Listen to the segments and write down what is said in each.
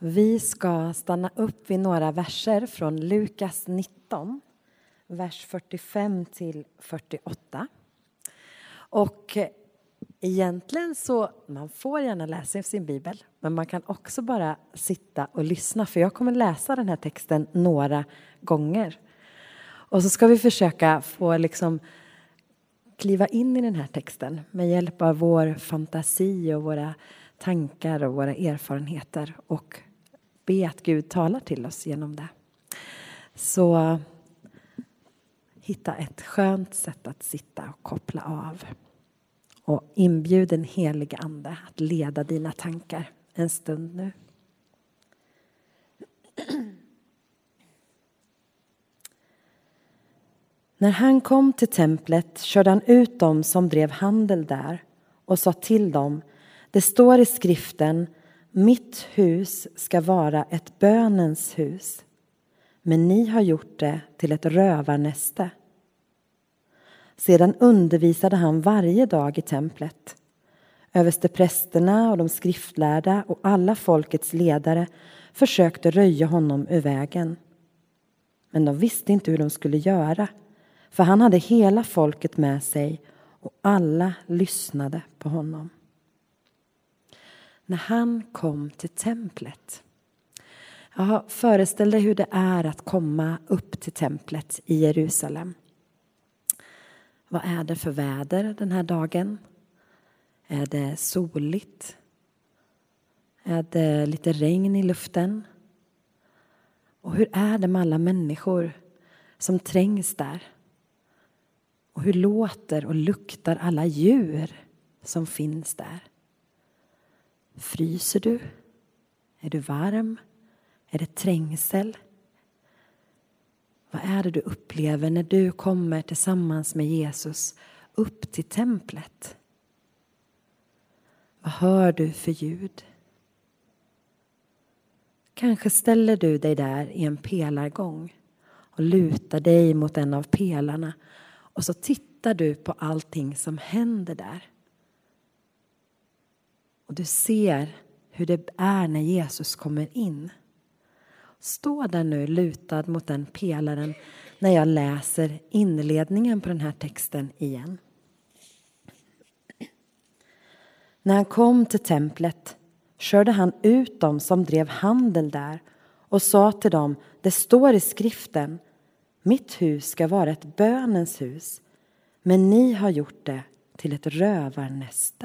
Vi ska stanna upp vid några verser från Lukas 19, vers 45 till 48. Och egentligen så, man får gärna läsa i sin bibel, men man kan också bara sitta och lyssna. För jag kommer läsa den här texten några gånger. Och så ska vi försöka få kliva in i den här texten med hjälp av vår fantasi och våra tankar och våra erfarenheter. Och be att Gud talar till oss genom det. Så hitta ett skönt sätt att sitta och koppla av. Och inbjud den helige ande att leda dina tankar en stund nu. När han kom till templet körde han ut dem som drev handel där och sa till dem: det står i skriften, mitt hus ska vara ett bönens hus, men ni har gjort det till ett rövarnäste. Sedan undervisade han varje dag i templet. Översteprästerna och de skriftlärda och alla folkets ledare försökte röja honom ur vägen. Men de visste inte hur de skulle göra, för han hade hela folket med sig och alla lyssnade på honom. När han kom till templet. Föreställ dig hur det är att komma upp till templet i Jerusalem. Vad är det för väder den här dagen? Är det soligt? Är det lite regn i luften? Och hur är det med alla människor som trängs där? Och hur låter och luktar alla djur som finns där? Fryser du? Är du varm? Är det trängsel? Vad är det du upplever när du kommer tillsammans med Jesus upp till templet? Vad hör du för ljud? Kanske ställer du dig där i en pelargång och lutar dig mot en av pelarna och så tittar du på allting som händer där. Och du ser hur det är när Jesus kommer in. Stå där nu lutad mot den pelaren när jag läser inledningen på den här texten igen. När han kom till templet körde han ut dem som drev handel där och sa till dem, det står i skriften, mitt hus ska vara ett bönens hus, men ni har gjort det till ett rövarnäste.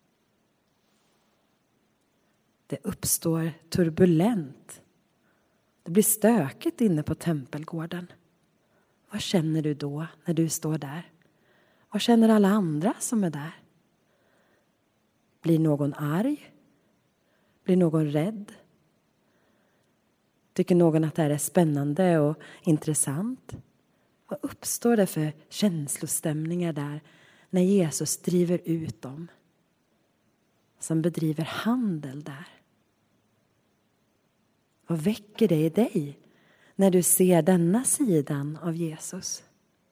Det uppstår turbulent. Det blir stökigt inne på tempelgården. Vad känner du då när du står där? Vad känner alla andra som är där? Blir någon arg? Blir någon rädd? Tycker någon att det här är spännande och intressant? Vad uppstår det för känslostämningar där när Jesus driver ut dem som bedriver handel där? Vad väcker det i dig när du ser denna sidan av Jesus?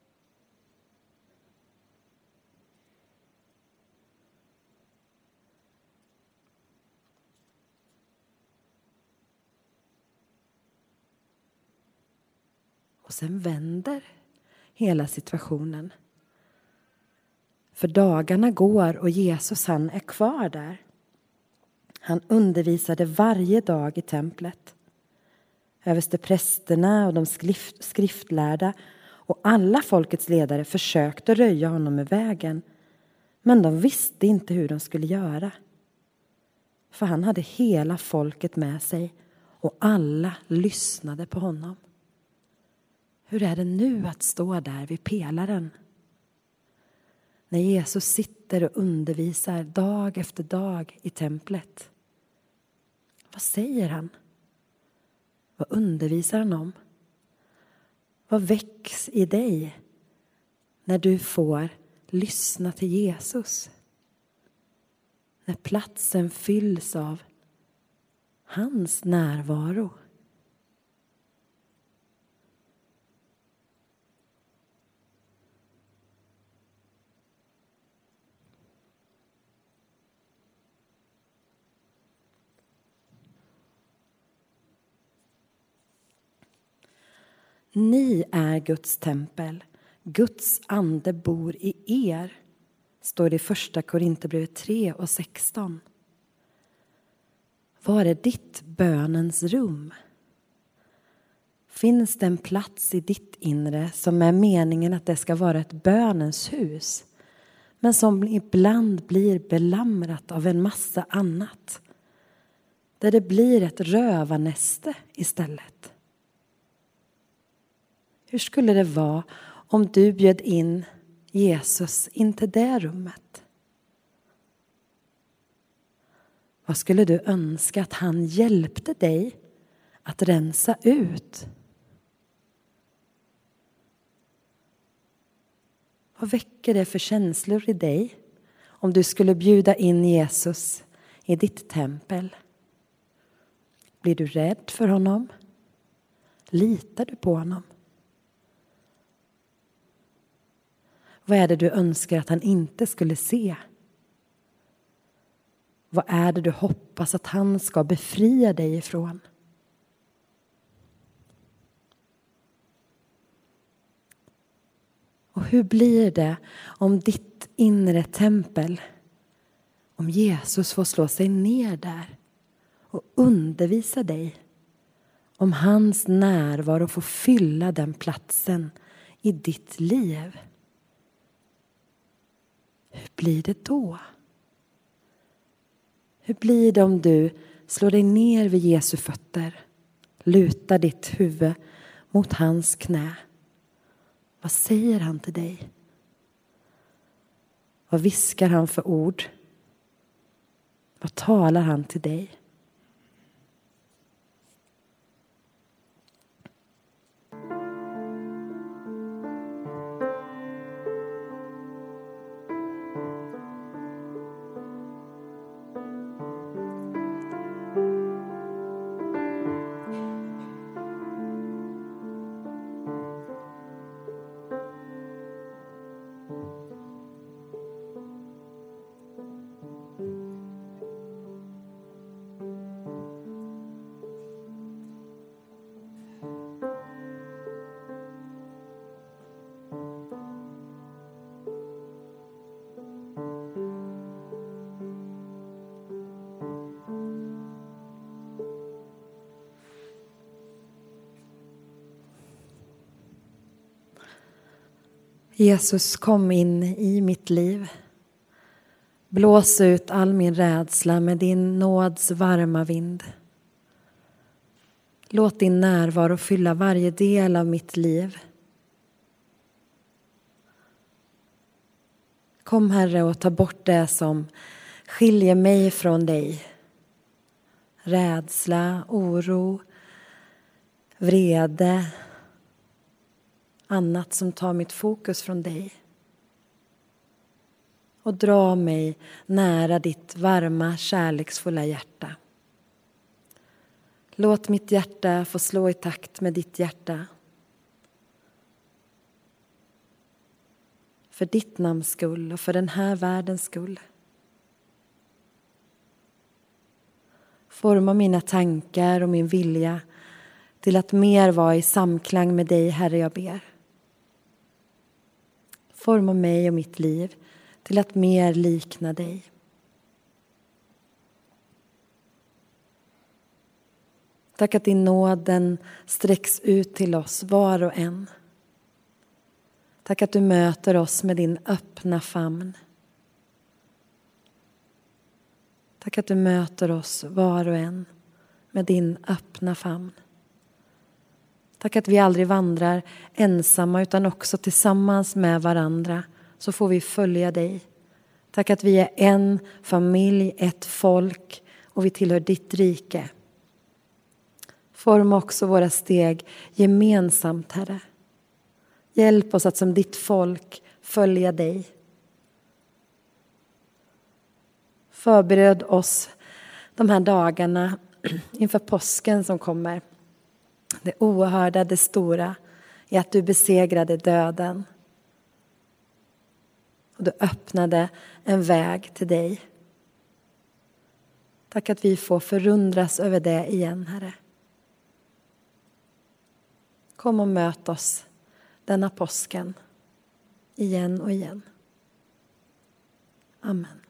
Och sen vänder hela situationen. För dagarna går och Jesus han är kvar där. Han undervisade varje dag i templet. Översteprästerna och de skriftlärda och alla folkets ledare försökte röja honom ur vägen. Men de visste inte hur de skulle göra. För han hade hela folket med sig och alla lyssnade på honom. Hur är det nu att stå där vid pelaren? När Jesus sitter och undervisar dag efter dag i templet. Vad säger han? Vad undervisar han om? Vad väcks i dig när du får lyssna till Jesus? När platsen fylls av hans närvaro. Ni är Guds tempel. Guds ande bor i er. Står det i första Korinthierbrevet 3:16. Var är ditt bönens rum? Finns det en plats i ditt inre som är meningen att det ska vara ett bönens hus, men som ibland blir belamrat av en massa annat, där det blir ett rövarnäste istället? Hur skulle det vara om du bjöd in Jesus in till det rummet? Vad skulle du önska att han hjälpte dig att rensa ut? Vad väcker det för känslor i dig om du skulle bjuda in Jesus i ditt tempel? Blir du rädd för honom? Litar du på honom? Vad är det du önskar att han inte skulle se? Vad är det du hoppas att han ska befria dig ifrån? Och hur blir det om ditt inre tempel, om Jesus får slå sig ner där och undervisa dig, om hans närvaro får fylla den platsen i ditt liv? Hur blir det då? Hur blir det om du slår dig ner vid Jesu fötter, lutar ditt huvud mot hans knä? Vad säger han till dig? Vad viskar han för ord? Vad talar han till dig? Jesus, kom in i mitt liv. Blås ut all min rädsla med din nåds varma vind. Låt din närvaro fylla varje del av mitt liv. Kom, Herre, och ta bort det som skiljer mig från dig. Rädsla, oro, vrede, annat som tar mitt fokus från dig. Och dra mig nära ditt varma, kärleksfulla hjärta. Låt mitt hjärta få slå i takt med ditt hjärta. För ditt namns skull och för den här världens skull. Forma mina tankar och min vilja till att mer vara i samklang med dig, Herre, jag ber. Forma mig och mitt liv till att mer likna dig. Tack att din nåden sträcks ut till oss var och en. Tack att du möter oss med din öppna famn. Tack att du möter oss var och en med din öppna famn. Tack att vi aldrig vandrar ensamma utan också tillsammans med varandra, så får vi följa dig. Tack att vi är en familj, ett folk och vi tillhör ditt rike. Forma också våra steg gemensamt, Herre. Hjälp oss att som ditt folk följa dig. Förbered oss de här dagarna inför påsken som kommer. Det oerhörda, det stora är att du besegrade döden. Och du öppnade en väg till dig. Tack att vi får förundras över det igen, Herre. Kom och möt oss denna påsken igen och igen. Amen.